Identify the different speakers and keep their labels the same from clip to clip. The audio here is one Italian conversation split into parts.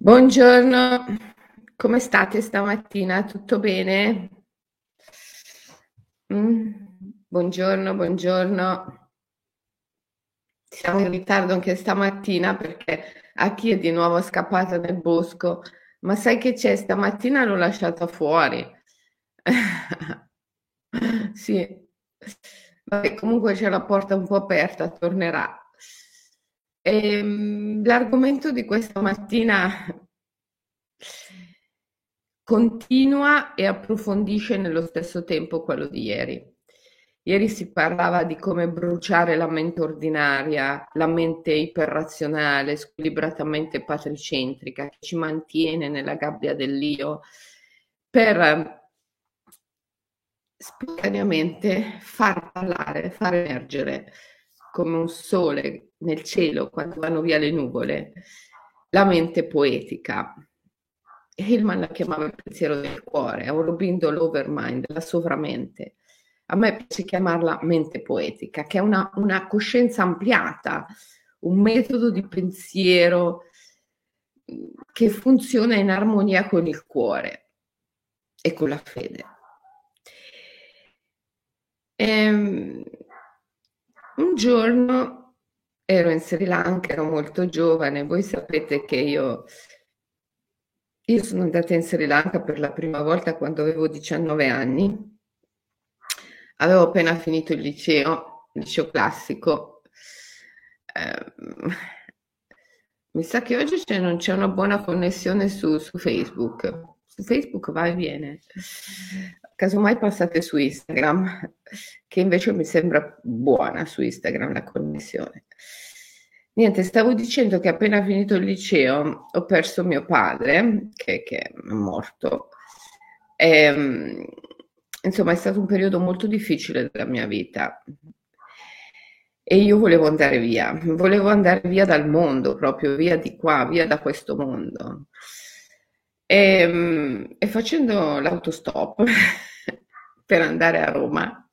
Speaker 1: Buongiorno, come state stamattina? Tutto bene? Mm, Buongiorno, buongiorno. Siamo in ritardo anche stamattina perché a chi è di nuovo scappata nel bosco. Ma sai che c'è? Stamattina l'ho lasciata fuori. Sì, vabbè, comunque c'è la porta un po' aperta, tornerà. L'argomento di questa mattina continua e approfondisce nello stesso tempo quello di ieri. Ieri si parlava di come bruciare la mente ordinaria, la mente iperrazionale, squilibratamente patricentrica, che ci mantiene nella gabbia dell'io, per spontaneamente far parlare, far emergere come un sole nel cielo quando vanno via le nuvole, la mente poetica. Hillman la chiamava il pensiero del cuore, Aurobindo l'overmind, la sovramente. A me piace chiamarla mente poetica, che è una coscienza ampliata, un metodo di pensiero che funziona in armonia con il cuore e con la fede. Ehm, un giorno ero in Sri Lanka, ero molto giovane, voi sapete che io sono andata in Sri Lanka per la prima volta quando avevo 19 anni. Avevo appena finito il liceo classico. Ehm, Mi sa che oggi non c'è una buona connessione su Facebook. Su Facebook va e viene. Casomai passate su Instagram, che invece mi sembra buona su Instagram la connessione. Niente, stavo dicendo che appena finito il liceo ho perso mio padre, che è morto. E, insomma, è stato un periodo molto difficile della mia vita. E io volevo andare via dal mondo, proprio via di qua, via da questo mondo. E facendo l'autostop per andare a Roma,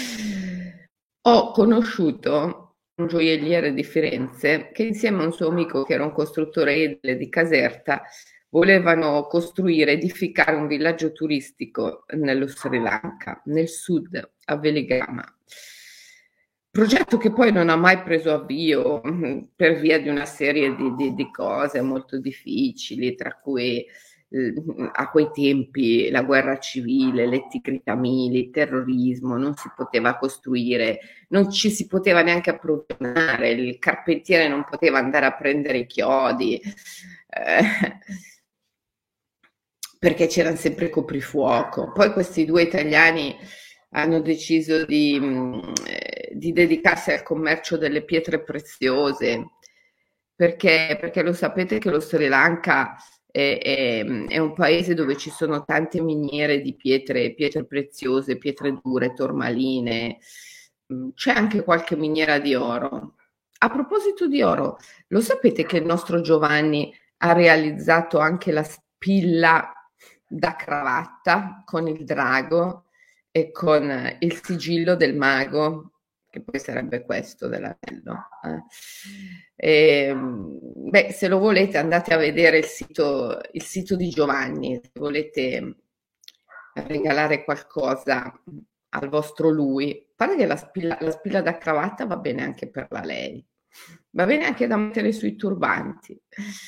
Speaker 1: ho conosciuto un gioielliere di Firenze che insieme a un suo amico che era un costruttore edile di Caserta volevano costruire, edificare un villaggio turistico nello Sri Lanka, nel sud, a Veligama. Progetto che poi non ha mai preso avvio per via di una serie di cose molto difficili, tra cui a quei tempi la guerra civile, le tigri tamili, il terrorismo, non si poteva costruire, non ci si poteva neanche approvvigionare, il carpentiere non poteva andare a prendere i chiodi, perché c'era sempre coprifuoco. Poi questi due italiani hanno deciso di dedicarsi al commercio delle pietre preziose, perché lo sapete che lo Sri Lanka è un paese dove ci sono tante miniere di pietre preziose, pietre dure, tormaline, c'è anche qualche miniera di oro. A proposito di oro, lo sapete che il nostro Giovanni ha realizzato anche la spilla da cravatta con il drago e con il sigillo del mago, che poi sarebbe questo dell'anello. Beh, se lo volete andate a vedere il sito di Giovanni, se volete regalare qualcosa al vostro lui. Pare che la spilla da cravatta va bene anche per la lei, va bene anche da mettere sui turbanti.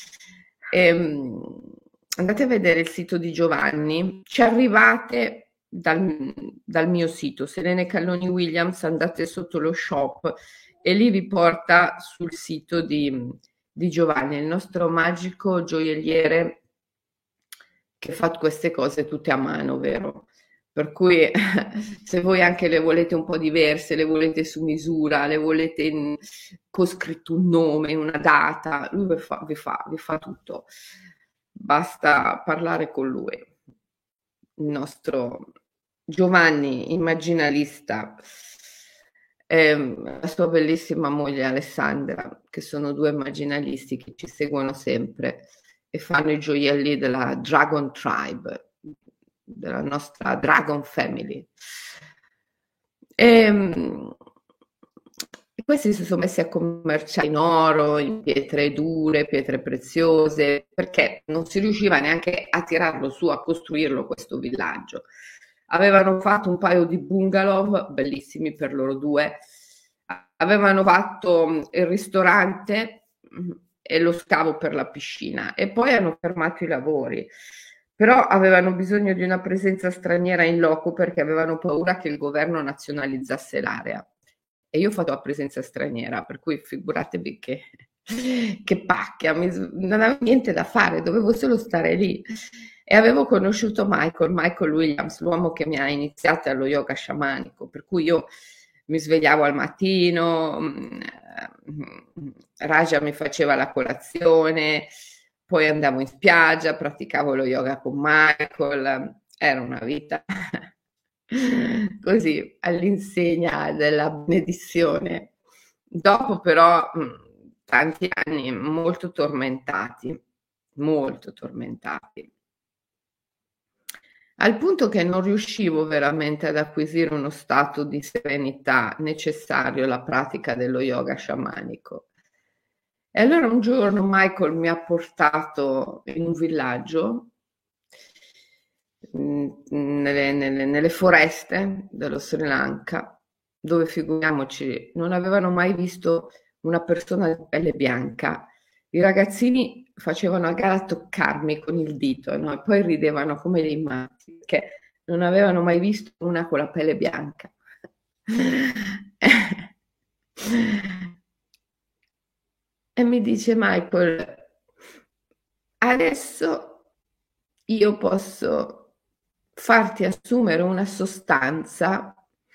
Speaker 1: Ehm, Andate a vedere il sito di Giovanni, ci arrivate dal mio sito, Selene Calloni Williams, andate sotto lo shop e lì vi porta sul sito di Giovanni, il nostro magico gioielliere che fa queste cose tutte a mano, vero? Per cui se voi anche le volete un po' diverse, le volete su misura, le volete con scritto un nome, una data, lui vi fa tutto. Basta parlare con lui. Il nostro Giovanni, immaginalista, e la sua bellissima moglie Alessandra, che sono due immaginalisti che ci seguono sempre e fanno i gioielli della Dragon Tribe, della nostra Dragon Family. E, questi si sono messi a commerciare in oro, in pietre dure, pietre preziose, perché non si riusciva neanche a tirarlo su, a costruirlo questo villaggio. Avevano fatto un paio di bungalow, bellissimi per loro due, avevano fatto il ristorante e lo scavo per la piscina e poi hanno fermato i lavori. Però avevano bisogno di una presenza straniera in loco perché avevano paura che il governo nazionalizzasse l'area. E io ho fatto la presenza straniera, per cui figuratevi che pacchia, non avevo niente da fare, dovevo solo stare lì. E avevo conosciuto Michael Williams, l'uomo che mi ha iniziato allo yoga sciamanico, per cui io mi svegliavo al mattino, Raja mi faceva la colazione, poi andavo in spiaggia, praticavo lo yoga con Michael, era una vita così all'insegna della benedizione. Dopo però tanti anni molto tormentati, al punto che non riuscivo veramente ad acquisire uno stato di serenità necessario alla pratica dello yoga sciamanico. E allora un giorno Michael mi ha portato in un villaggio nelle foreste dello Sri Lanka, dove figuriamoci, non avevano mai visto una persona di pelle bianca. I ragazzini facevano a gara a toccarmi con il dito, no? E poi ridevano come dei matti, perché non avevano mai visto una con la pelle bianca. E mi dice Michael, adesso io posso farti assumere una sostanza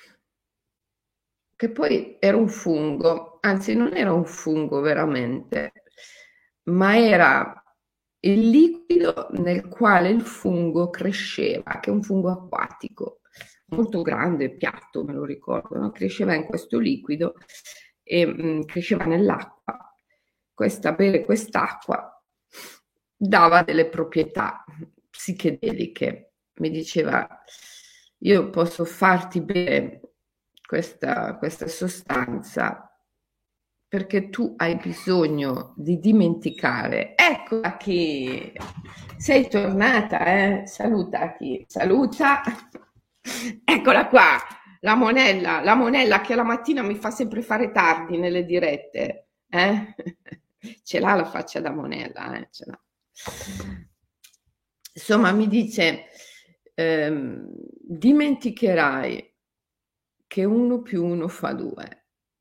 Speaker 1: che poi era un fungo, anzi non era un fungo veramente, ma era il liquido nel quale il fungo cresceva, che è un fungo acquatico, molto grande, piatto, me lo ricordo, no? Cresceva in questo liquido e cresceva nell'acqua. Bere quest'acqua dava delle proprietà psichedeliche. Mi diceva, io posso farti bere questa sostanza perché tu hai bisogno di dimenticare. Eccola chi sei tornata, eh? Saluta chi saluta. Eccola qua, la Monella che la mattina mi fa sempre fare tardi nelle dirette, eh? Ce l'ha la faccia da Monella, ce l'ha. Insomma, mi dice, dimenticherai che 1 più 1 fa 2.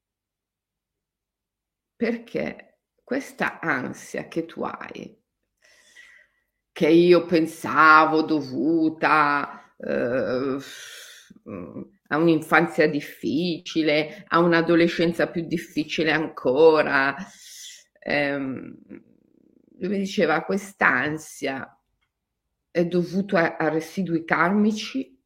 Speaker 1: Perché questa ansia che tu hai, che io pensavo dovuta a un'infanzia difficile, a un'adolescenza più difficile ancora, lui mi diceva quest'ansia è dovuta a residui karmici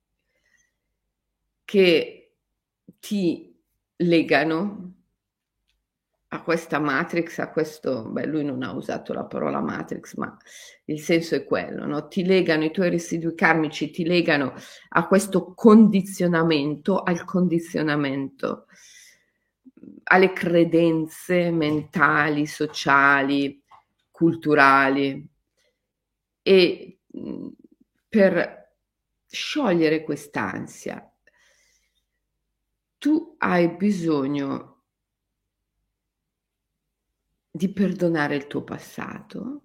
Speaker 1: che ti legano a questa matrix, a questo, lui non ha usato la parola matrix, ma il senso è quello, no? Ti legano, i tuoi residui karmici ti legano a questo condizionamento, al condizionamento, alle credenze mentali, sociali, culturali. E per sciogliere quest'ansia, tu hai bisogno di perdonare il tuo passato,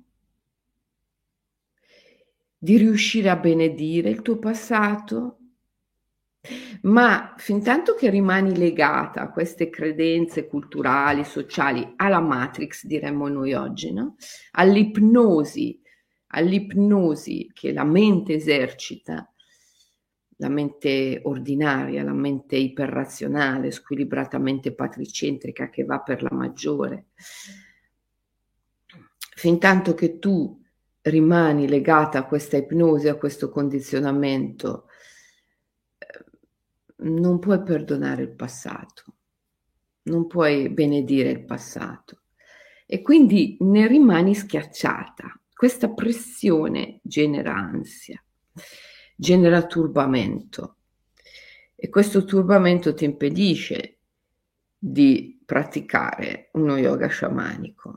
Speaker 1: di riuscire a benedire il tuo passato, ma fintanto che rimani legata a queste credenze culturali, sociali, alla matrix, diremmo noi oggi, no? All'ipnosi che la mente esercita, la mente ordinaria, la mente iperrazionale, squilibratamente patricentrica che va per la maggiore. Fintanto che tu rimani legata a questa ipnosi, a questo condizionamento, non puoi perdonare il passato, non puoi benedire il passato e quindi ne rimani schiacciata. Questa pressione genera ansia, genera turbamento e questo turbamento ti impedisce di praticare uno yoga sciamanico,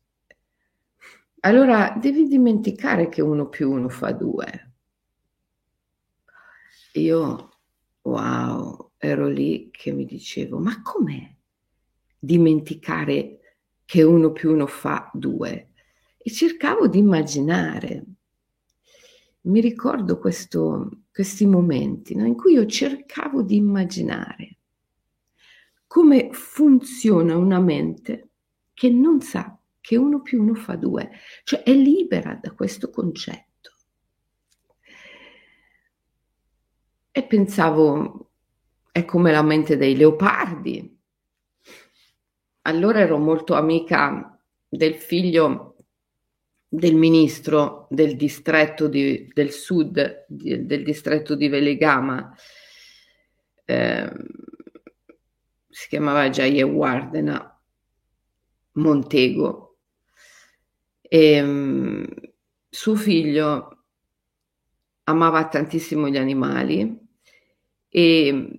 Speaker 1: allora devi dimenticare che 1 più 1 fa 2. Io, wow, ero lì che mi dicevo, ma com'è dimenticare che 1 più 1 fa 2? E cercavo di immaginare. Mi ricordo questi momenti, no, in cui io cercavo di immaginare come funziona una mente che non sa che 1 più 1 fa 2, cioè è libera da questo concetto. E pensavo, è come la mente dei leopardi. Allora ero molto amica del figlio del ministro del distretto del sud, del distretto di Veligama, si chiamava Jayewardena Montego, e suo figlio amava tantissimo gli animali e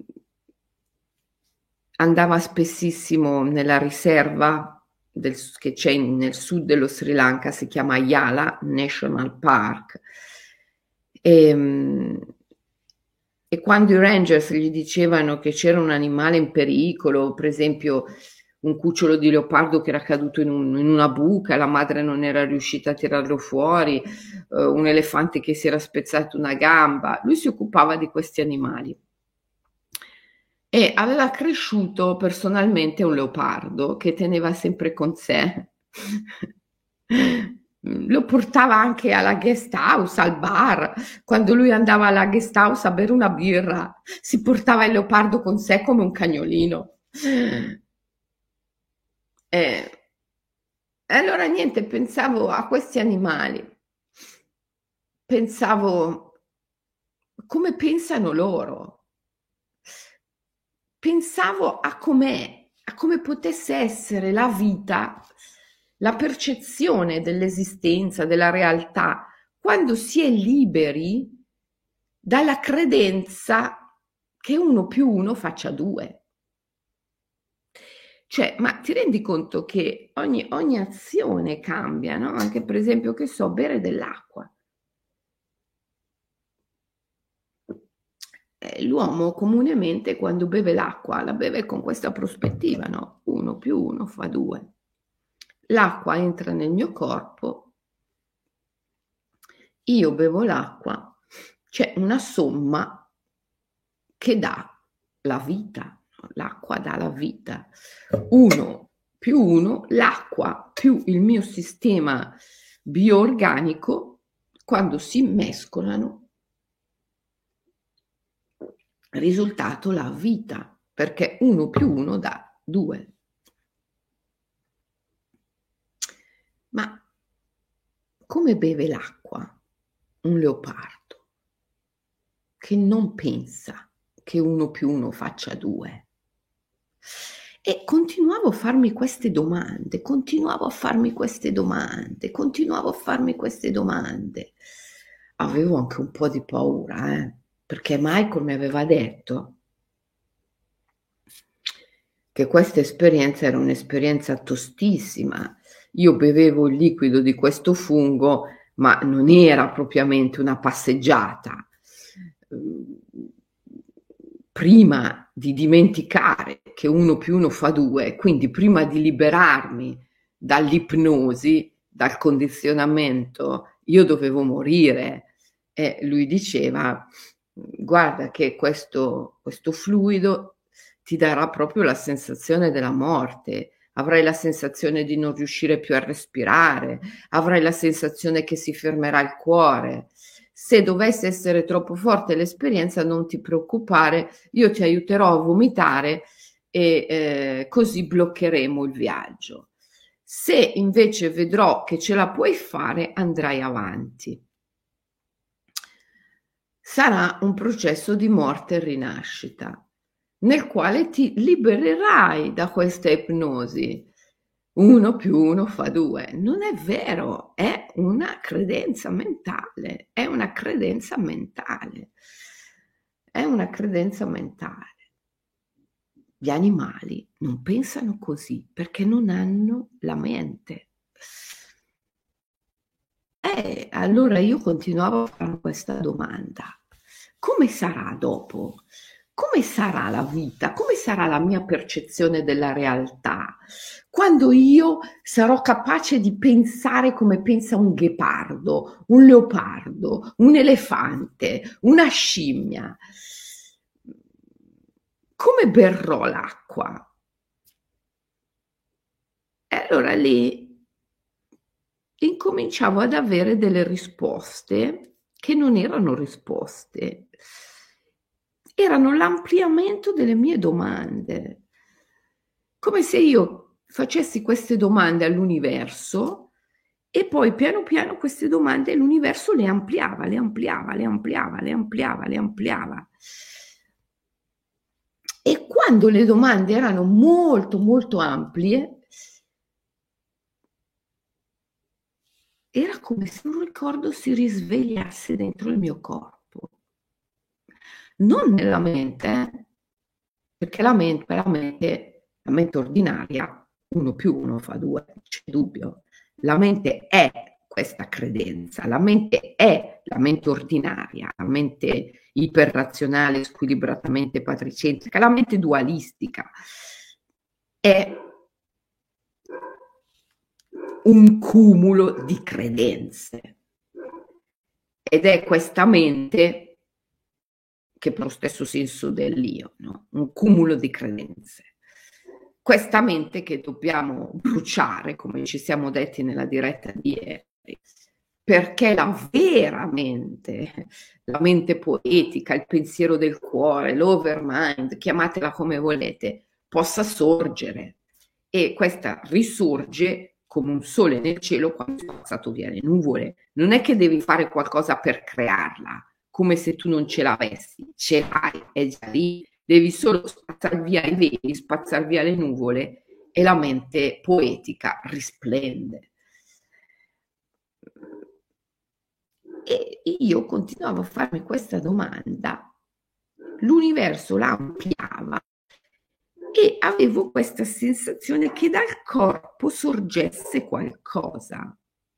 Speaker 1: andava spessissimo nella riserva che c'è nel sud dello Sri Lanka, si chiama Yala National Park, e quando i rangers gli dicevano che c'era un animale in pericolo, per esempio un cucciolo di leopardo che era caduto in una buca, la madre non era riuscita a tirarlo fuori, un elefante che si era spezzato una gamba, lui si occupava di questi animali. E aveva cresciuto personalmente un leopardo che teneva sempre con sé. Lo portava anche alla guest house, al bar. Quando lui andava alla guest house a bere una birra, si portava il leopardo con sé come un cagnolino. E allora niente, pensavo a questi animali, pensavo come pensano loro, pensavo a com'è, a come potesse essere la vita, la percezione dell'esistenza, della realtà, quando si è liberi dalla credenza che 1 più 1 faccia 2. Cioè, ma ti rendi conto che ogni azione cambia, no? Anche per esempio, che so, bere dell'acqua. L'uomo comunemente quando beve l'acqua la beve con questa prospettiva, no? 1 più 1 fa 2. L'acqua entra nel mio corpo, io bevo l'acqua, c'è una somma che dà la vita, l'acqua dà la vita. 1 più 1, l'acqua più il mio sistema bioorganico, quando si mescolano, risultato la vita, perché 1 più 1 dà 2. Ma come beve l'acqua un leopardo che non pensa che 1 più 1 faccia 2? E continuavo a farmi queste domande, Avevo anche un po' di paura, perché Michael mi aveva detto che questa esperienza era un'esperienza tostissima. Io bevevo il liquido di questo fungo, ma non era propriamente una passeggiata. Prima di dimenticare che 1 più 1 fa 2, quindi prima di liberarmi dall'ipnosi, dal condizionamento, io dovevo morire. E lui diceva, guarda che questo fluido ti darà proprio la sensazione della morte, avrai la sensazione di non riuscire più a respirare, avrai la sensazione che si fermerà il cuore. Se dovesse essere troppo forte l'esperienza, non ti preoccupare, io ti aiuterò a vomitare e così bloccheremo il viaggio. Se invece vedrò che ce la puoi fare, andrai avanti. Sarà un processo di morte e rinascita, nel quale ti libererai da questa ipnosi. 1 più 1 fa 2. Non è vero, è una credenza mentale, è una credenza mentale. Gli animali non pensano così perché non hanno la mente. Allora io continuavo a fare questa domanda: come sarà dopo? Come sarà la vita? Come sarà la mia percezione della realtà? Quando io sarò capace di pensare come pensa un ghepardo, un leopardo, un elefante, una scimmia. Come berrò l'acqua? E allora lì incominciavo ad avere delle risposte che non erano risposte, erano l'ampliamento delle mie domande. Come se io facessi queste domande all'universo e poi piano piano queste domande l'universo le ampliava, le ampliava, le ampliava, le ampliava, le ampliava. E quando le domande erano molto molto ampie, era come se un ricordo si risvegliasse dentro il mio corpo. Non nella mente, perché la mente ordinaria, 1 più 1 fa 2, non c'è dubbio. La mente è questa credenza, la mente è la mente ordinaria, la mente iperrazionale, squilibratamente patricentrica, la mente dualistica. È un cumulo di credenze ed è questa mente che per lo stesso senso dell'io, no? Un cumulo di credenze. Questa mente che dobbiamo bruciare, come ci siamo detti nella diretta di ieri, perché la vera mente, la mente poetica, il pensiero del cuore, l'overmind, chiamatela come volete, possa sorgere. E questa risorge come un sole nel cielo quando è passato via le nuvole. Non è che devi fare qualcosa per crearla, come se tu non ce l'avessi, ce l'hai, è già lì, devi solo spazzare via i veli, spazzare via le nuvole e la mente poetica risplende. E io continuavo a farmi questa domanda, l'universo la ampliava e avevo questa sensazione che dal corpo sorgesse qualcosa.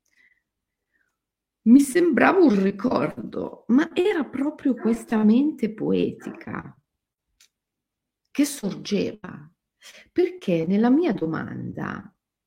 Speaker 1: Mi sembrava un ricordo, ma era proprio questa mente poetica che sorgeva, perché nella mia domanda,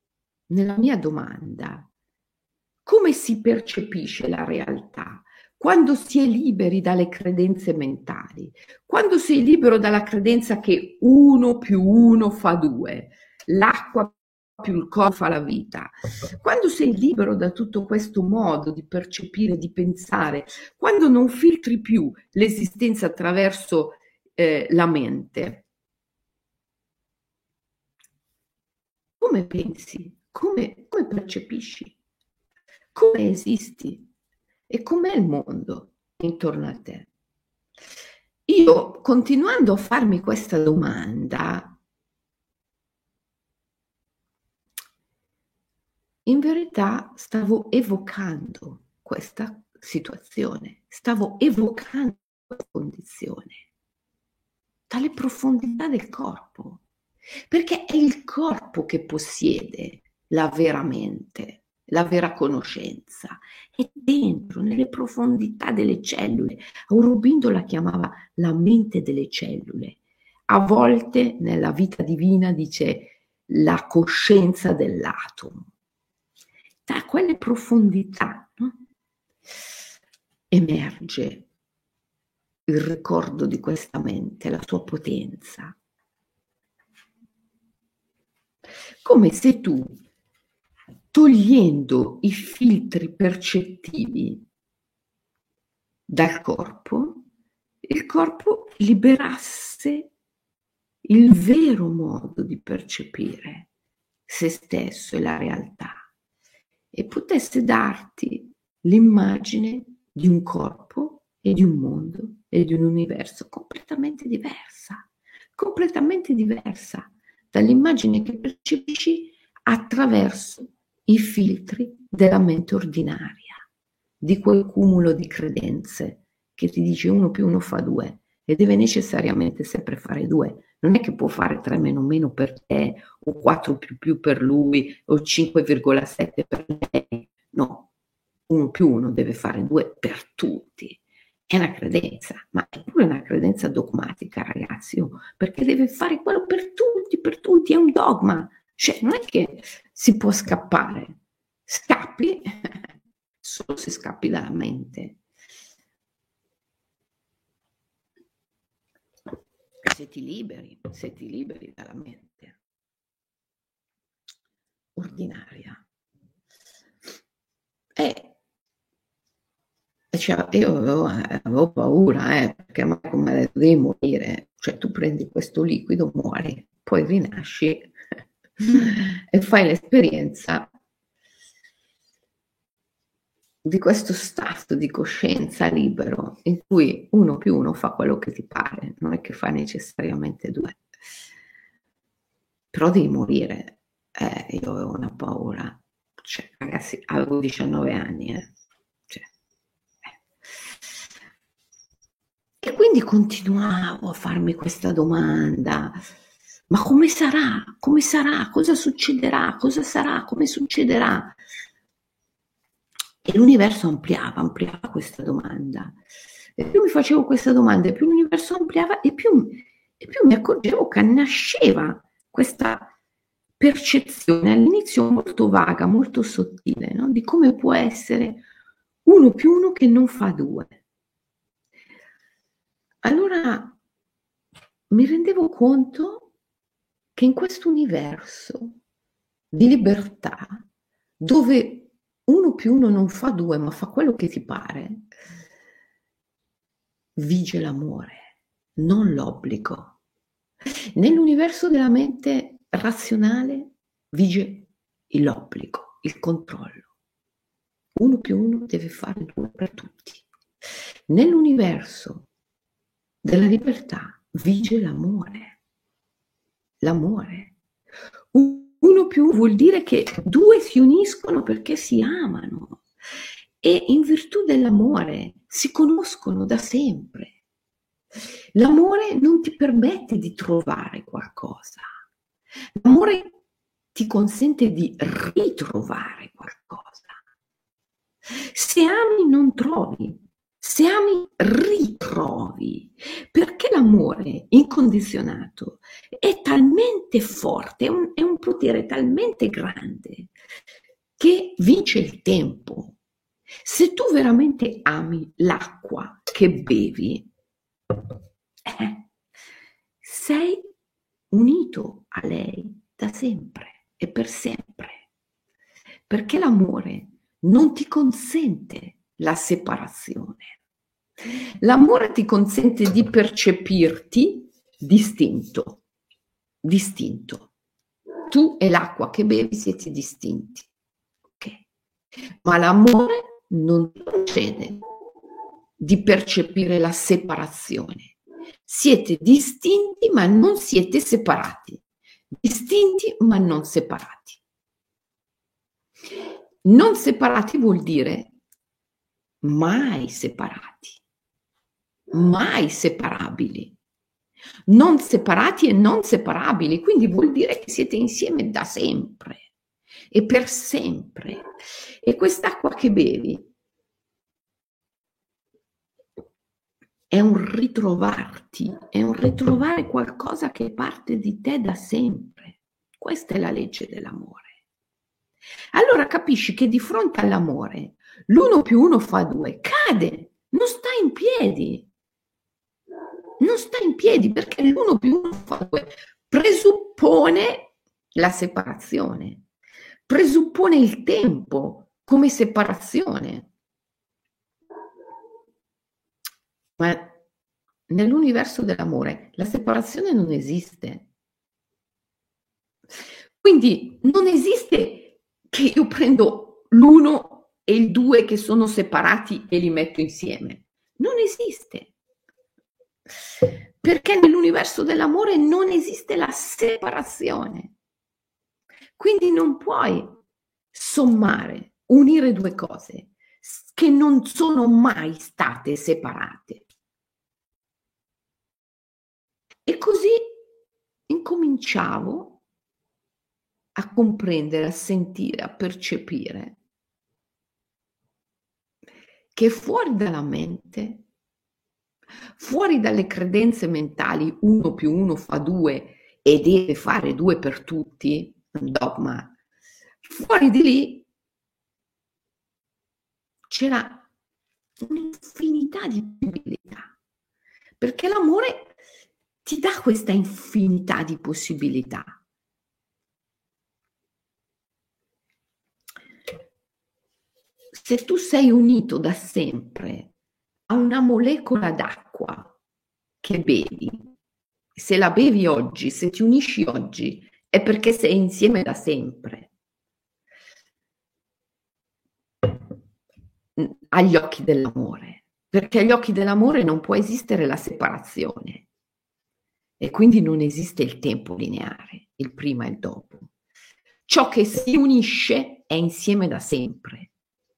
Speaker 1: come si percepisce la realtà? Quando si è liberi dalle credenze mentali, quando sei libero dalla credenza che 1 più 1 fa 2, l'acqua più il corpo fa la vita, quando sei libero da tutto questo modo di percepire, di pensare, quando non filtri più l'esistenza attraverso la mente, come pensi? Come percepisci? Come esisti? E com'è il mondo intorno a te? Io, continuando a farmi questa domanda, in verità stavo evocando questa situazione, stavo evocando questa condizione dalle profondità del corpo, perché è il corpo che possiede la vera mente, la vera conoscenza, è dentro, nelle profondità delle cellule. Aurobindo la chiamava la mente delle cellule. A volte nella vita divina dice la coscienza dell'atomo. Da quelle profondità, no? Emerge il ricordo di questa mente, la sua potenza. Come se tu, togliendo i filtri percettivi dal corpo, il corpo liberasse il vero modo di percepire se stesso e la realtà e potesse darti l'immagine di un corpo e di un mondo e di un universo completamente diversa dall'immagine che percepisci attraverso i filtri della mente ordinaria, di quel cumulo di credenze che ti dice 1 più 1 fa 2 e deve necessariamente sempre fare 2. non è che può fare 3 meno meno per te, o 4 più per lui, o 5,7 per lei. No, 1 più 1 deve fare 2 per tutti. È una credenza, ma è pure una credenza dogmatica, ragazzi, perché deve fare quello per tutti, è un dogma. Cioè, non è che si può scappare. Scappi solo se scappi dalla mente. Se ti liberi dalla mente ordinaria. Cioè, io avevo paura, perché mi ha detto devi morire, cioè tu prendi questo liquido, muori, poi rinasci e fai l'esperienza di questo stato di coscienza libero in cui 1 più 1 fa quello che ti pare, non è che fa necessariamente 2. Però devi morire. Io avevo una paura. Cioè, ragazzi, avevo 19 anni, Cioè, E quindi continuavo a farmi questa domanda. Ma come sarà? Come sarà? Cosa succederà? Cosa sarà? Come succederà? E l'universo ampliava questa domanda. E più mi facevo questa domanda, e più l'universo ampliava, e più mi accorgevo che nasceva questa percezione all'inizio molto vaga, molto sottile, no? Di come può essere 1 più 1 che non fa 2. Allora mi rendevo conto che in questo universo di libertà, dove 1 più 1 non fa 2, ma fa quello che ti pare, vige l'amore, non l'obbligo. Nell'universo della mente razionale vige l'obbligo, il controllo. 1 più 1 deve fare 2 per tutti. Nell'universo della libertà vige l'amore. L'amore. 1 più 1 vuol dire che 2 si uniscono perché si amano e in virtù dell'amore si conoscono da sempre. L'amore non ti permette di trovare qualcosa. L'amore ti consente di ritrovare qualcosa. Se ami non trovi, se ami ritrovi, perché l'amore incondizionato è talmente forte, è un potere talmente grande che vince il tempo. Se tu veramente ami l'acqua che bevi, sei unito a lei da sempre e per sempre, perché l'amore non ti consente la separazione. L'amore ti consente di percepirti distinto. Tu e l'acqua che bevi siete distinti, okay? Ma l'amore non ti concede di percepire la separazione. Siete distinti ma non siete separati. Distinti ma non separati. Non separati vuol dire mai separati, mai separabili. Non separati e non separabili, quindi vuol dire che siete insieme da sempre e per sempre. E quest'acqua che bevi è un ritrovarti, è un ritrovare qualcosa che parte di te da sempre. Questa è la legge dell'amore. Allora capisci che di fronte all'amore l'1 più 1 fa 2, cade, non sta in piedi. Non sta in piedi perché l'1 più 1 fa 2, presuppone la separazione, presuppone il tempo come separazione. Ma nell'universo dell'amore la separazione non esiste. Quindi non esiste che io prendo l'1 e il 2 che sono separati e li metto insieme. Non esiste. Perché nell'universo dell'amore non esiste la separazione. Quindi non puoi sommare, unire 2 cose che non sono mai state separate. E così incominciavo a comprendere, a sentire, a percepire che fuori dalla mente, fuori dalle credenze mentali, 1 più 1 fa 2 e deve fare 2 per tutti, un dogma, fuori di lì c'era un'infinità di possibilità, perché l'amore ti dà questa infinità di possibilità. Se tu sei unito da sempre a una molecola d'acqua che bevi, se la bevi oggi, se ti unisci oggi, è perché sei insieme da sempre. Agli occhi dell'amore, perché agli occhi dell'amore non può esistere la separazione e quindi non esiste il tempo lineare, il prima e il dopo. Ciò che si unisce è insieme da sempre.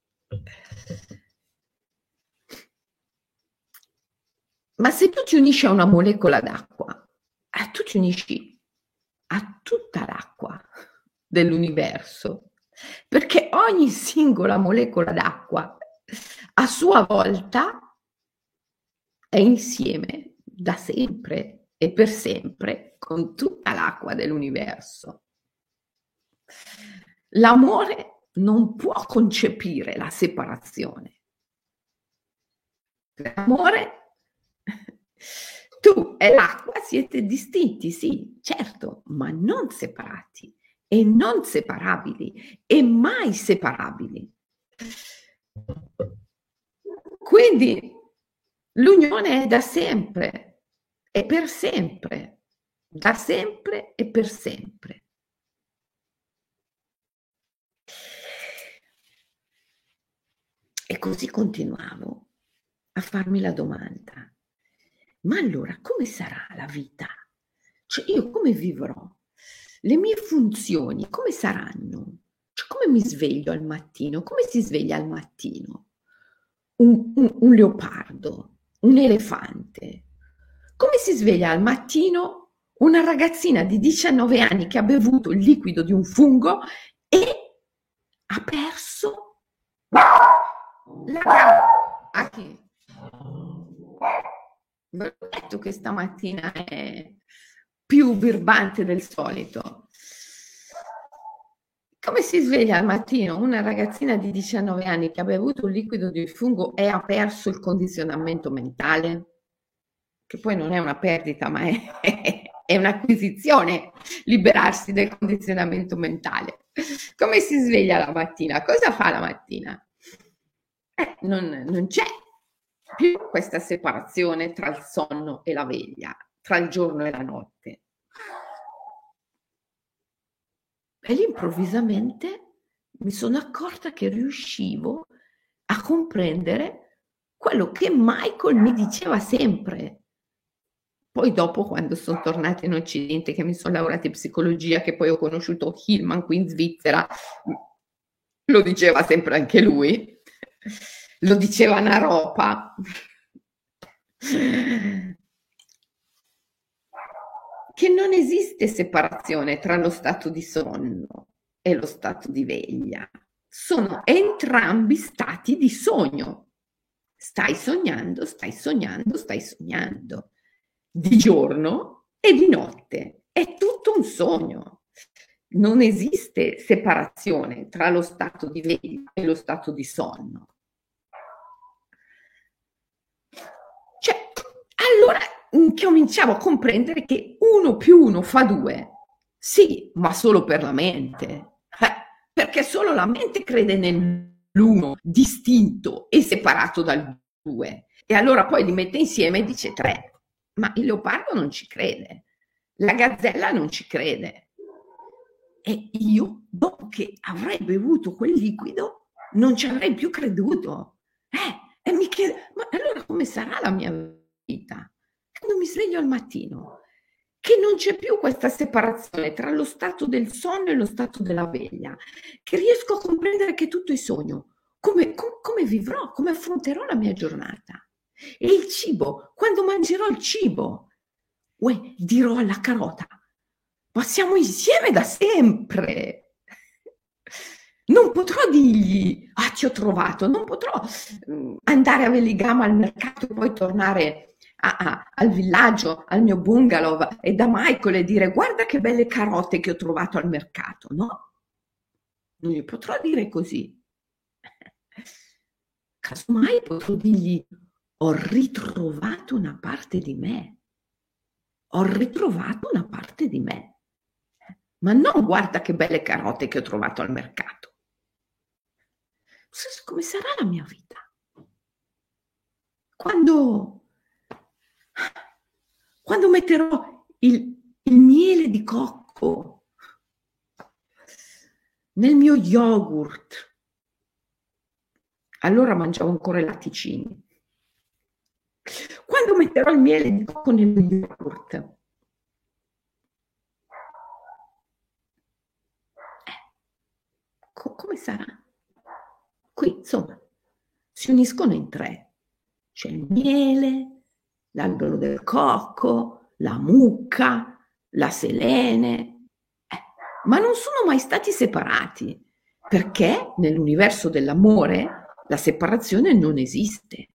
Speaker 1: Ma se tu ti unisci a una molecola d'acqua, tu ti unisci a tutta l'acqua dell'universo, perché ogni singola molecola d'acqua a sua volta è insieme da sempre e per sempre con tutta l'acqua dell'universo. L'amore non può concepire la separazione. L'amore, tu e l'acqua siete distinti, sì, certo, ma non separati e non separabili e mai separabili. Quindi l'unione è da sempre e per sempre, da sempre e per sempre. E così continuavo a farmi la domanda, ma allora come sarà la vita? Cioè io come vivrò? Le mie funzioni come saranno? Cioè, come mi sveglio al mattino? Come si sveglia al mattino? Un leopardo, un elefante. Come si sveglia al mattino una ragazzina di 19 anni che ha bevuto il liquido di un fungo e ha perso la gamba? A chi? Ve l'ho detto che stamattina è più birbante del solito. Come si sveglia al mattino una ragazzina di 19 anni che ha bevuto un liquido di fungo e ha perso il condizionamento mentale? Che poi non è una perdita, ma è un'acquisizione, liberarsi del condizionamento mentale. Come si sveglia la mattina? Cosa fa la mattina? Non c'è più questa separazione tra il sonno e la veglia, tra il giorno e la notte. E lì improvvisamente mi sono accorta che riuscivo a comprendere quello che Michael mi diceva sempre. Poi dopo, quando sono tornata in Occidente, che mi sono laureata in psicologia, che poi ho conosciuto Hillman qui in Svizzera, lo diceva sempre anche lui, lo diceva Naropa. Che non esiste separazione tra lo stato di sonno e lo stato di veglia. Sono entrambi stati di sogno. Stai sognando, stai sognando, stai sognando. Di giorno e di notte. È tutto un sogno. Non esiste separazione tra lo stato di veglia e lo stato di sonno. Cioè, allora cominciavo a comprendere che 1 più 1 fa 2. Sì, ma solo per la mente. Perché solo la mente crede nell'1 distinto e separato dal 2. E allora poi li mette insieme e dice 3. Ma il leopardo non ci crede. La gazzella non ci crede. E io, dopo che avrei bevuto quel liquido, non ci avrei più creduto. E mi chiedo, ma allora come sarà la mia vita? Quando mi sveglio al mattino, che non c'è più questa separazione tra lo stato del sonno e lo stato della veglia, che riesco a comprendere che tutto è sogno. Come vivrò, come affronterò la mia giornata? E il cibo, quando mangerò il cibo, dirò alla carota, ma siamo insieme da sempre. Non potrò dirgli, ah, ti ho trovato, non potrò andare a Veligama al mercato e poi tornare al villaggio, al mio bungalow e da Michael e dire guarda che belle carote che ho trovato al mercato, no? Non gli potrò dire così. Casomai potrò dirgli ho ritrovato una parte di me, ho ritrovato una parte di me, ma non guarda che belle carote che ho trovato al mercato. Come sarà la mia vita? Quando metterò il miele di cocco nel mio yogurt, allora mangiavo ancora i latticini. Quando metterò il miele di cocco nel mio yogurt, come sarà? Qui, insomma, si uniscono in tre. C'è il miele, l'albero del cocco, la mucca, la selene, ma non sono mai stati separati, perché nell'universo dell'amore la separazione non esiste.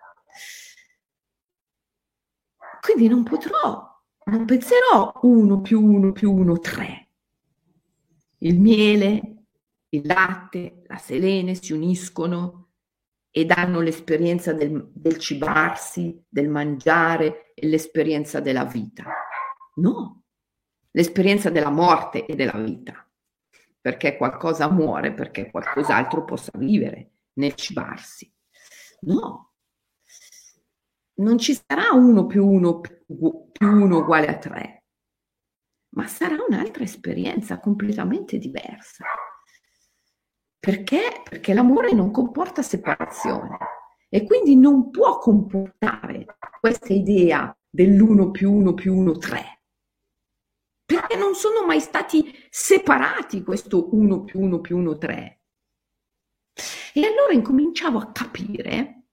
Speaker 1: Quindi non penserò 1 più 1 più 1, 3. Il miele, il latte, la selene si uniscono e danno l'esperienza del cibarsi, del mangiare e l'esperienza della vita. No, l'esperienza della morte e della vita, perché qualcosa muore, perché qualcos'altro possa vivere nel cibarsi. No, non ci sarà 1 più 1 più 1 uguale a 3, ma sarà un'altra esperienza completamente diversa. Perché? Perché l'amore non comporta separazione e quindi non può comportare questa idea dell'1 più 1 più 1, 3. Perché non sono mai stati separati questo 1 più 1 più 1, 3. E allora incominciavo a capire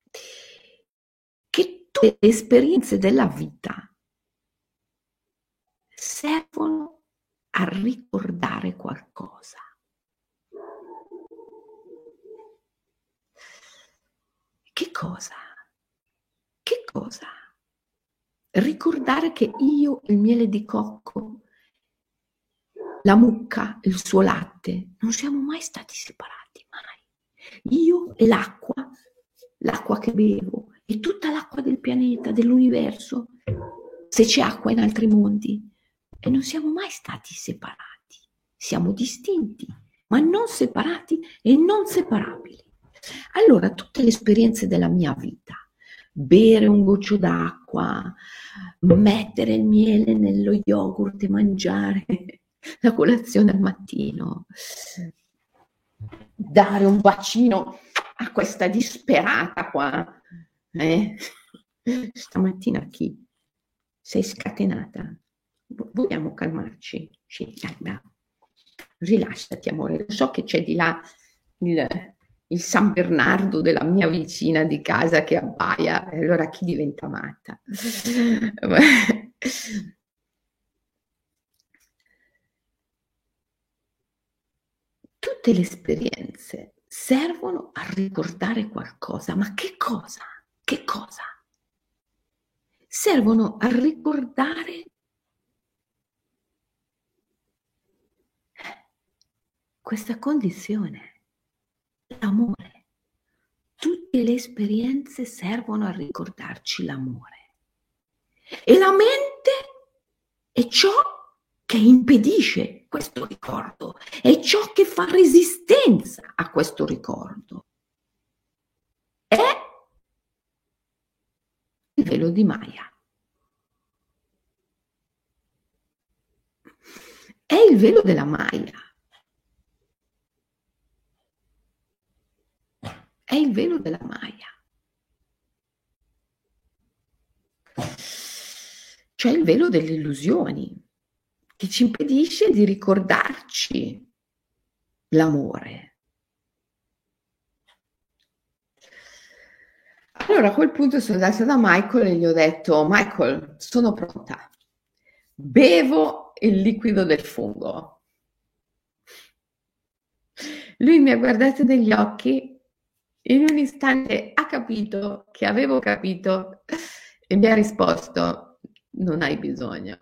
Speaker 1: che tutte le esperienze della vita servono a ricordare qualcosa. Che cosa? Che cosa? Ricordare che io, il miele di cocco, la mucca, il suo latte, non siamo mai stati separati, mai. Io e l'acqua che bevo, e tutta l'acqua del pianeta, dell'universo, se c'è acqua in altri mondi, e non siamo mai stati separati. Siamo distinti, ma non separati e non separabili. Allora, tutte le esperienze della mia vita, bere un goccio d'acqua, mettere il miele nello yogurt e mangiare la colazione al mattino, dare un bacino a questa disperata qua. Stamattina chi? Sei scatenata? Vogliamo calmarci? Sì, dai. Rilassati, amore. So che c'è di là il San Bernardo della mia vicina di casa che abbaia, e allora chi diventa matta? Tutte le esperienze servono a ricordare qualcosa, ma che cosa? Che cosa? Servono a ricordare questa condizione, l'amore. Tutte le esperienze servono a ricordarci l'amore. E la mente è ciò che impedisce questo ricordo, è ciò che fa resistenza a questo ricordo. È il velo di Maya. È il velo della Maya. È il velo della Maya. Cioè il velo delle illusioni, che ci impedisce di ricordarci l'amore. Allora a quel punto sono andata da Michael e gli ho detto: Michael, sono pronta. Bevo il liquido del fungo. Lui mi ha guardato negli occhi, in un istante ha capito che avevo capito e mi ha risposto: non hai bisogno.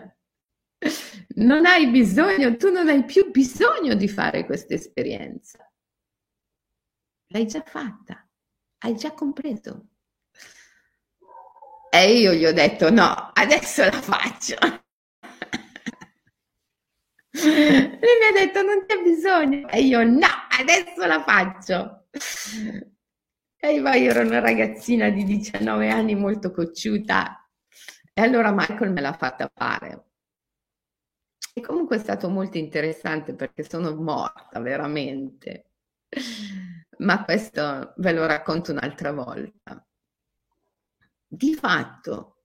Speaker 1: Non hai bisogno, tu non hai più bisogno di fare questa esperienza. L'hai già fatta, hai già compreso. E io gli ho detto: no, adesso la faccio. Lui mi ha detto: non c'è bisogno. E io: no, adesso la faccio. E poi ero una ragazzina di 19 anni molto cocciuta. E allora Michael me l'ha fatta fare. E comunque è stato molto interessante perché sono morta veramente. Ma questo ve lo racconto un'altra volta. Di fatto,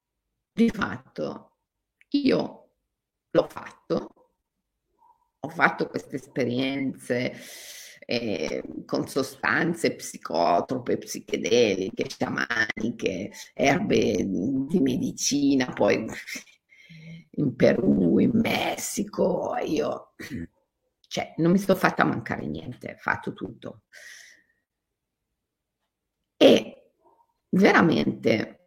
Speaker 1: io l'ho fatto, ho fatto queste esperienze con sostanze psicotrope, psichedeliche, sciamaniche, erbe di medicina, poi in Perù, in Messico, io cioè non mi sto fatta mancare niente, fatto tutto. E veramente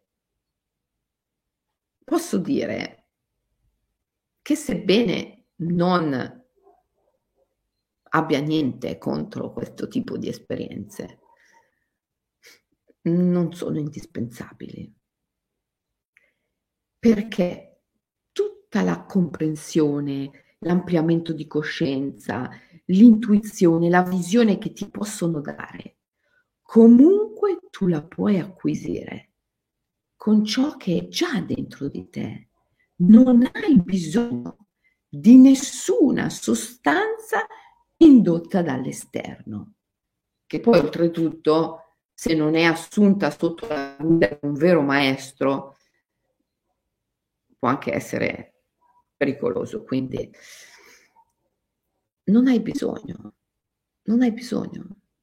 Speaker 1: posso dire che sebbene non abbia niente contro questo tipo di esperienze, non sono indispensabili. Perché tutta la comprensione, l'ampliamento di coscienza, l'intuizione, la visione che ti possono dare, comunque tu la puoi acquisire con ciò che è già dentro di te. Non hai bisogno di nessuna sostanza indotta dall'esterno, che poi oltretutto, se non è assunta sotto la guida di un vero maestro, può anche essere pericoloso. Quindi non hai bisogno, non hai bisogno.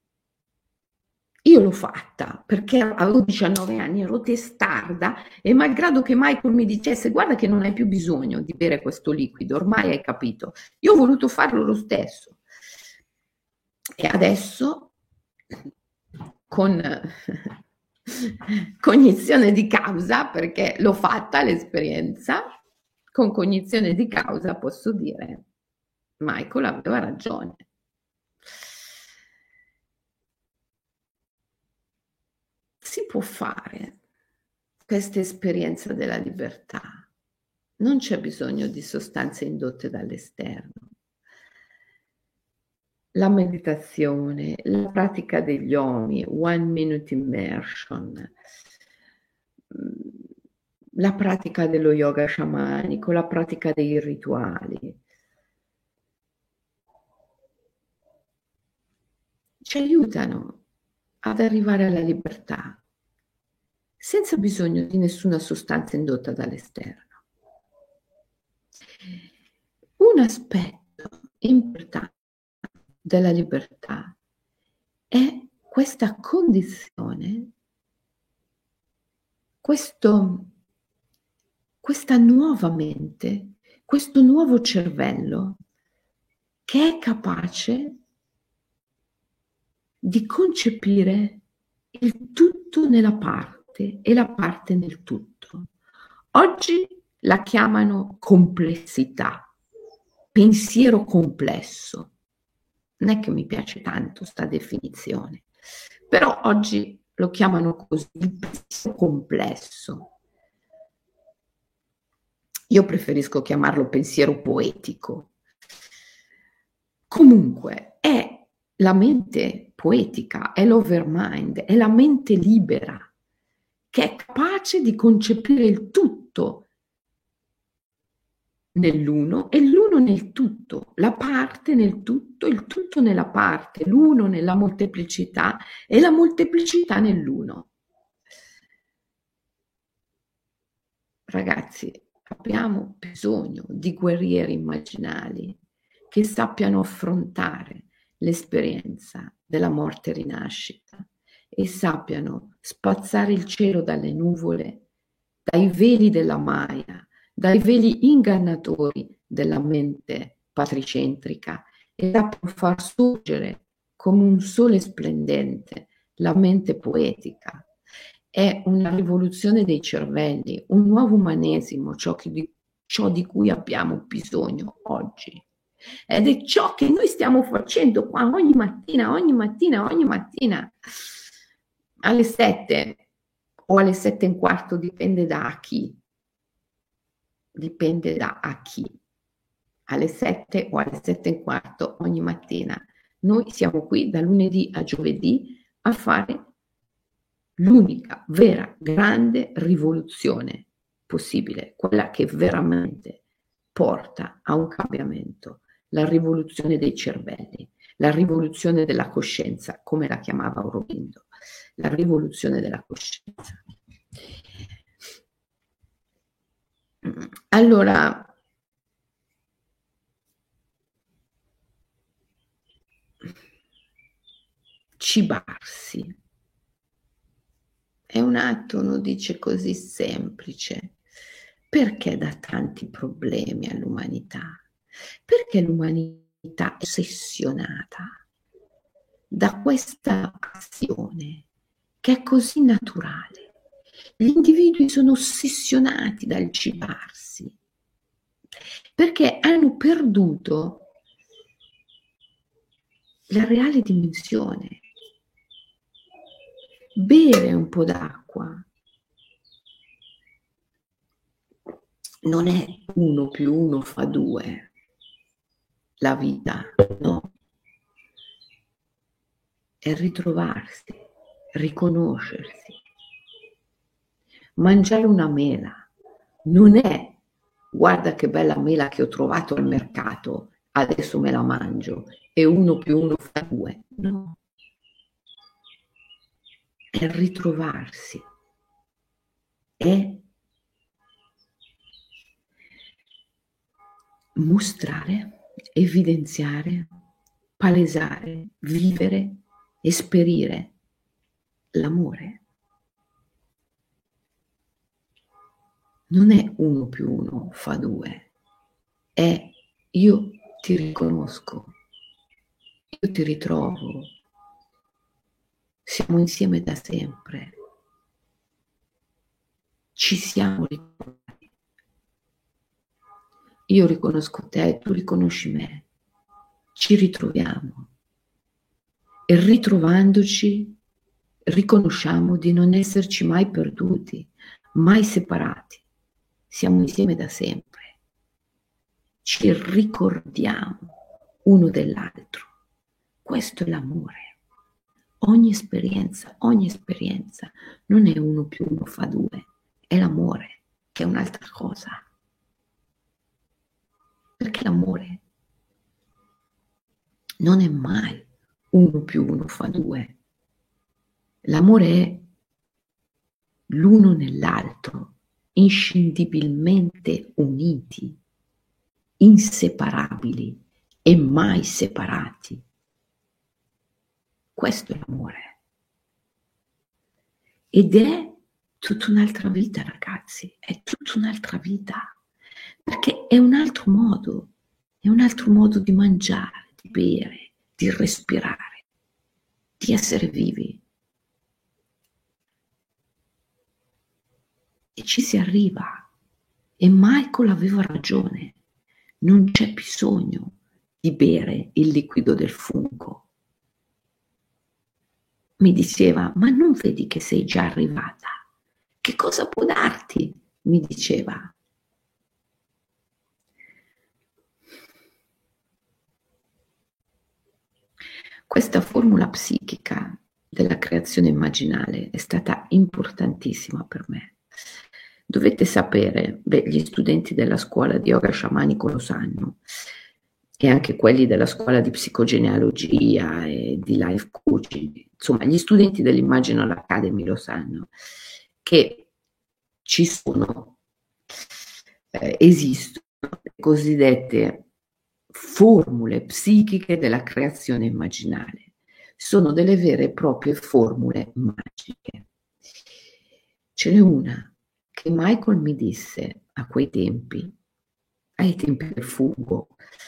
Speaker 1: Io l'ho fatta perché avevo 19 anni, ero testarda e malgrado che Michael mi dicesse: guarda che non hai più bisogno di bere questo liquido, ormai hai capito, io ho voluto farlo lo stesso. E adesso, con cognizione di causa, perché l'ho fatta l'esperienza, con cognizione di causa posso dire: Michael aveva ragione. Si può fare questa esperienza della libertà, non c'è bisogno di sostanze indotte dall'esterno. La meditazione, la pratica degli yomi, one minute immersion, la pratica dello yoga sciamanico, la pratica dei rituali, ci aiutano ad arrivare alla libertà senza bisogno di nessuna sostanza indotta dall'esterno. Un aspetto importante della libertà è questa condizione, questa nuova mente, questo nuovo cervello che è capace di concepire il tutto nella parte e la parte nel tutto. Oggi la chiamano complessità, pensiero complesso. Non è che mi piace tanto sta definizione, però oggi lo chiamano così, il pensiero complesso. Io preferisco chiamarlo pensiero poetico. Comunque è la mente poetica, è l'overmind, è la mente libera che è capace di concepire il tutto nell'uno e l'uno nel tutto, la parte nel tutto, il tutto nella parte, l'uno nella molteplicità e la molteplicità nell'uno. Ragazzi, abbiamo bisogno di guerrieri immaginali che sappiano affrontare l'esperienza della morte e rinascita e sappiano spazzare il cielo dalle nuvole, dai veli della Maya, dai veli ingannatori della mente patricentrica e da far sorgere come un sole splendente la mente poetica. È una rivoluzione dei cervelli, un nuovo umanesimo, ciò di cui abbiamo bisogno oggi. Ed è ciò che noi stiamo facendo qua ogni mattina, alle 7 o alle 7:15, dipende da chi. Dipende da a chi. Alle 7 o alle 7:15 ogni mattina. Noi siamo qui da lunedì a giovedì a fare l'unica vera grande rivoluzione possibile, quella che veramente porta a un cambiamento, la rivoluzione dei cervelli, la rivoluzione della coscienza, come la chiamava Aurobindo, la rivoluzione della coscienza. Allora, cibarsi è un atto, uno dice, così semplice. Perché dà tanti problemi all'umanità? Perché l'umanità è ossessionata da questa azione che è così naturale. Gli individui sono ossessionati dal cibarsi perché hanno perduto la reale dimensione. Bere un po' d'acqua non è 1 più 1 fa 2, la vita, no? È ritrovarsi, riconoscersi. Mangiare una mela non è guarda che bella mela che ho trovato al mercato, adesso me la mangio, e 1 più 1 fa 2, no. È ritrovarsi, è mostrare, evidenziare, palesare, vivere, esperire l'amore. Non è 1 più 1 fa 2, è io ti riconosco, io ti ritrovo, siamo insieme da sempre, ci siamo ritrovati. Io riconosco te, tu riconosci me, ci ritroviamo e ritrovandoci riconosciamo di non esserci mai perduti, mai separati. Siamo insieme da sempre, ci ricordiamo uno dell'altro. Questo è l'amore. Ogni esperienza non è 1 più 1 fa 2, è l'amore, che è un'altra cosa. Perché l'amore non è mai 1 più 1 fa 2. L'amore è l'uno nell'altro, inscindibilmente uniti, inseparabili e mai separati. Questo è l'amore. Ed è tutta un'altra vita, ragazzi, è tutta un'altra vita, perché è un altro modo di mangiare, di bere, di respirare, di essere vivi. E ci si arriva. E Michael aveva ragione, non c'è bisogno di bere il liquido del fungo. Mi diceva, ma non vedi che sei già arrivata? Che cosa può darti? Mi diceva. Questa formula psichica della creazione immaginale è stata importantissima per me. Dovete sapere, gli studenti della scuola di yoga sciamanico lo sanno, e anche quelli della scuola di psicogenealogia e di life coaching, insomma gli studenti dell'Imaginal Academy lo sanno, che ci sono, esistono le cosiddette formule psichiche della creazione immaginale. Sono delle vere e proprie formule magiche. Ce n'è una che Michael mi disse a quei tempi, ai tempi del fungo,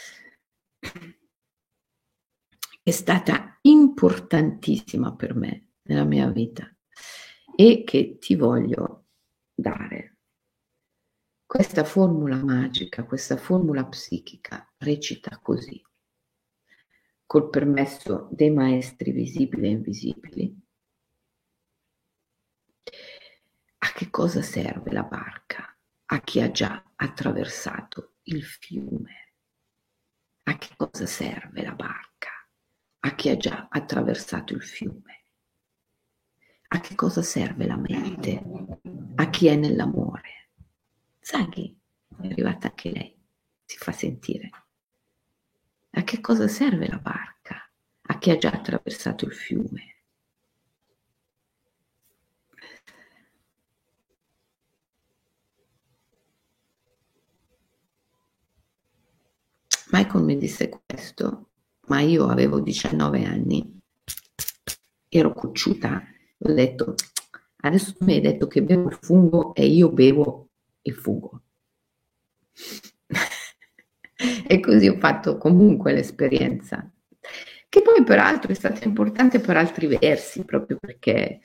Speaker 1: è stata importantissima per me nella mia vita e che ti voglio dare. Questa formula magica, questa formula psichica recita così: col permesso dei maestri visibili e invisibili, a che cosa serve la barca? A chi ha già attraversato il fiume. A che cosa serve la barca? A chi ha già attraversato il fiume. A che cosa serve la mente? A chi è nell'amore. Saghi, è arrivata anche lei, si fa sentire. A che cosa serve la barca? A chi ha già attraversato il fiume. Michael mi disse questo, ma io avevo 19 anni, ero cocciuta, ho detto, adesso tu mi hai detto che bevo il fungo e io bevo il fungo. E così ho fatto comunque l'esperienza, che poi peraltro è stata importante per altri versi, proprio perché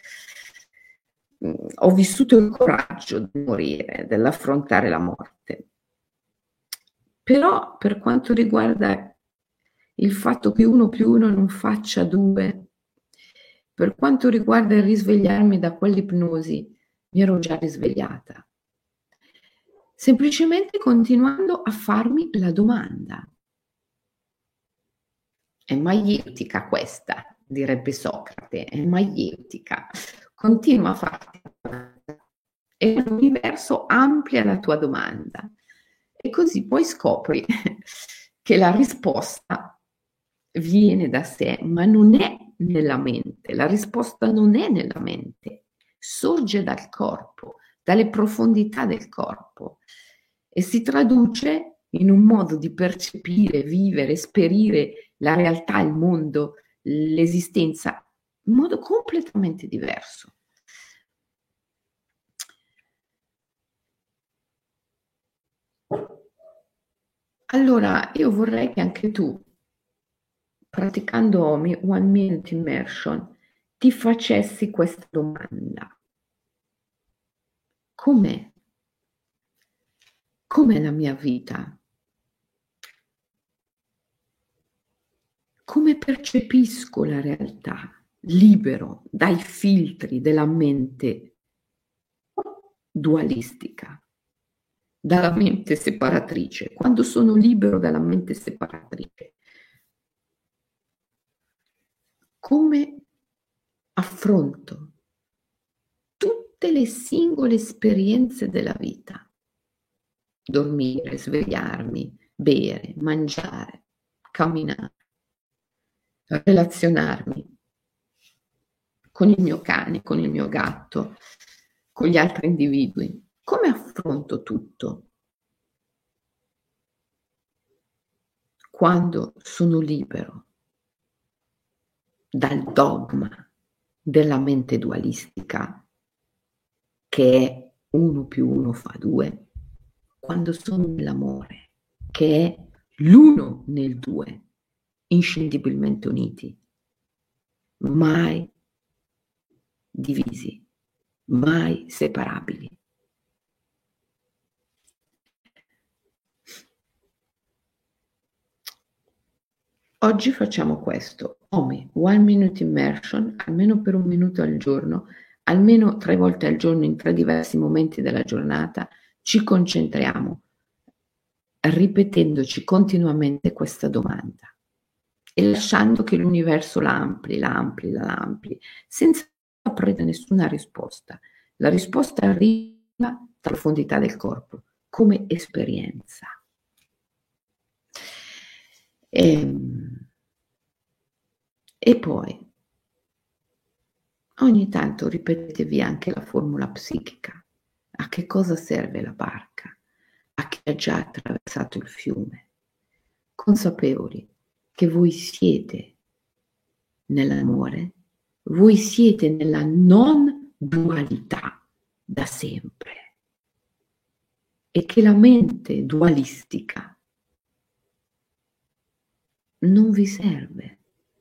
Speaker 1: ho vissuto il coraggio di morire, dell'affrontare la morte. Però per quanto riguarda il fatto che 1 più 1 non faccia 2, per quanto riguarda il risvegliarmi da quell'ipnosi, mi ero già risvegliata. Semplicemente continuando a farmi la domanda. È maieutica questa, direbbe Socrate, è maieutica. Continua a farti la domanda e l'universo amplia la tua domanda. E così poi scopri che la risposta viene da sé, ma non è nella mente. La risposta non è nella mente, sorge dal corpo, dalle profondità del corpo e si traduce in un modo di percepire, vivere, esperire la realtà, il mondo, l'esistenza in modo completamente diverso. Allora, io vorrei che anche tu, praticando One Minute Immersion, ti facessi questa domanda. Com'è? Com'è la mia vita? Come percepisco la realtà, libero dai filtri della mente dualistica, dalla mente separatrice, quando sono libero dalla mente separatrice? Come affronto tutte le singole esperienze della vita? Dormire, svegliarmi, bere, mangiare, camminare, relazionarmi con il mio cane, con il mio gatto, con gli altri individui. Come affronto tutto quando sono libero dal dogma della mente dualistica, che è 1 più 1 fa 2, quando sono nell'amore, che è l'1 nel 2, inscindibilmente uniti, mai divisi, mai separabili. Oggi facciamo questo, One Minute Immersion, almeno per 1 minuto al giorno, almeno 3 volte al giorno in 3 diversi momenti della giornata, ci concentriamo, ripetendoci continuamente questa domanda e lasciando che l'universo la ampli, senza prendere nessuna risposta. La risposta arriva dalla profondità del corpo, come esperienza. E poi ogni tanto ripetetevi anche la formula psichica. A che cosa serve la barca? A chi ha già attraversato il fiume, consapevoli che voi siete nell'amore, voi siete nella non dualità da sempre. e che la mente dualistica non vi serve,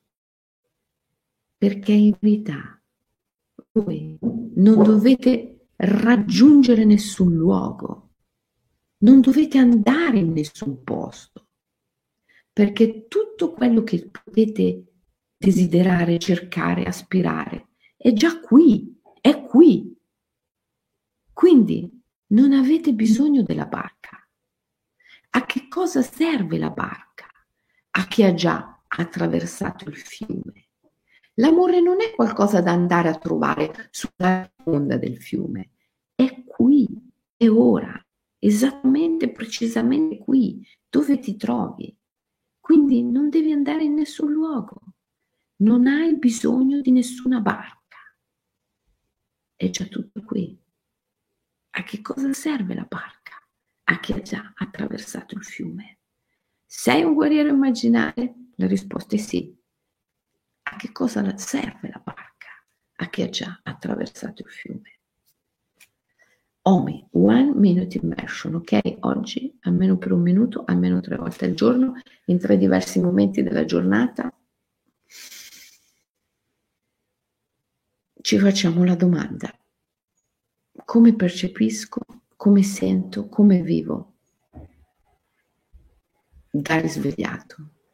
Speaker 1: perché in verità voi non dovete raggiungere nessun luogo, non dovete andare in nessun posto, perché tutto quello che potete desiderare, cercare, aspirare è già qui, è qui. Quindi non avete bisogno della barca. A che cosa serve la barca? A chi ha già attraversato il fiume. L'amore non è qualcosa da andare a trovare sulla sponda del fiume, è qui, è ora, esattamente, precisamente qui, dove ti trovi. Quindi non devi andare in nessun luogo, non hai bisogno di nessuna barca, è già tutto qui. A che cosa serve la barca? A chi ha già attraversato il fiume. Sei un guerriero immaginare? La risposta è sì. A che cosa serve la barca? A chi ha già attraversato il fiume. OMI, 1 minute immersion, ok? Oggi almeno per 1 minuto, almeno 3 volte al giorno, in 3 diversi momenti della giornata. Ci facciamo la domanda: come percepisco, come sento, come vivo da risvegliato,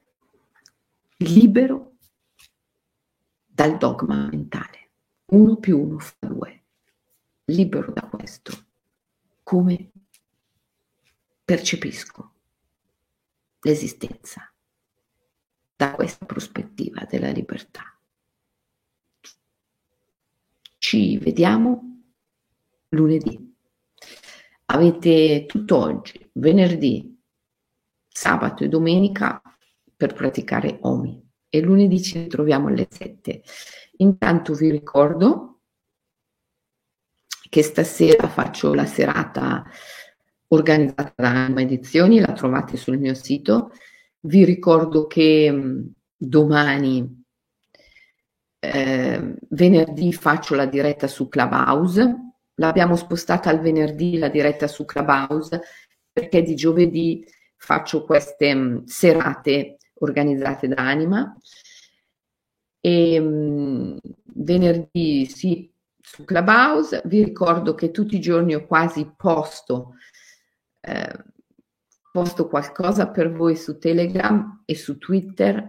Speaker 1: libero dal dogma mentale. 1 più 1 fa 2. Libero da questo. Come percepisco l'esistenza da questa prospettiva della libertà. Ci vediamo lunedì. Avete tutto oggi, venerdì, sabato e domenica per praticare OMI e lunedì ci ritroviamo alle 7. Intanto vi ricordo che stasera faccio la serata organizzata da Anima Edizioni, la trovate sul mio sito. Vi ricordo che domani, venerdì, faccio la diretta su Clubhouse. L'abbiamo spostata al venerdì la diretta su Clubhouse perché di giovedì faccio queste serate organizzate da Anima e venerdì sì su Clubhouse. Vi ricordo che tutti i giorni o quasi posto qualcosa per voi su Telegram e su Twitter,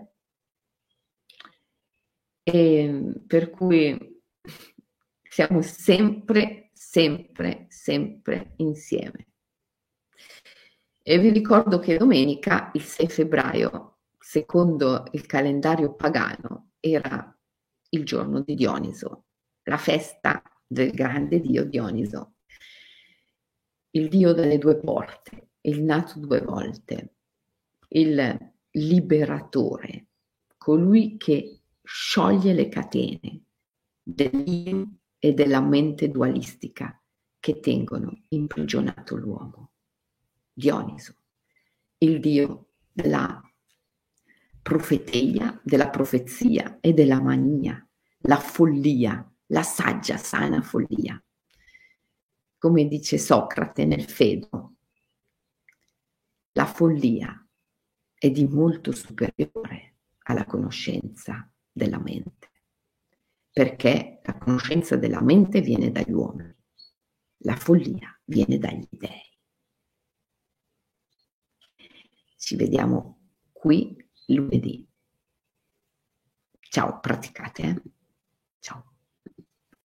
Speaker 1: e per cui siamo sempre insieme. E vi ricordo che domenica, il 6 febbraio, secondo il calendario pagano, era il giorno di Dioniso, la festa del grande dio Dioniso, il dio delle 2 porte, il nato 2 volte, il liberatore, colui che scioglie le catene dell'io e della mente dualistica che tengono imprigionato l'uomo. Dioniso, il dio della profeteia, della profezia e della mania, la follia, la saggia, sana follia. Come dice Socrate nel Fedo, la follia è di molto superiore alla conoscenza della mente, perché la conoscenza della mente viene dagli uomini, la follia viene dagli dèi. Ci vediamo qui lunedì. Ciao, praticate.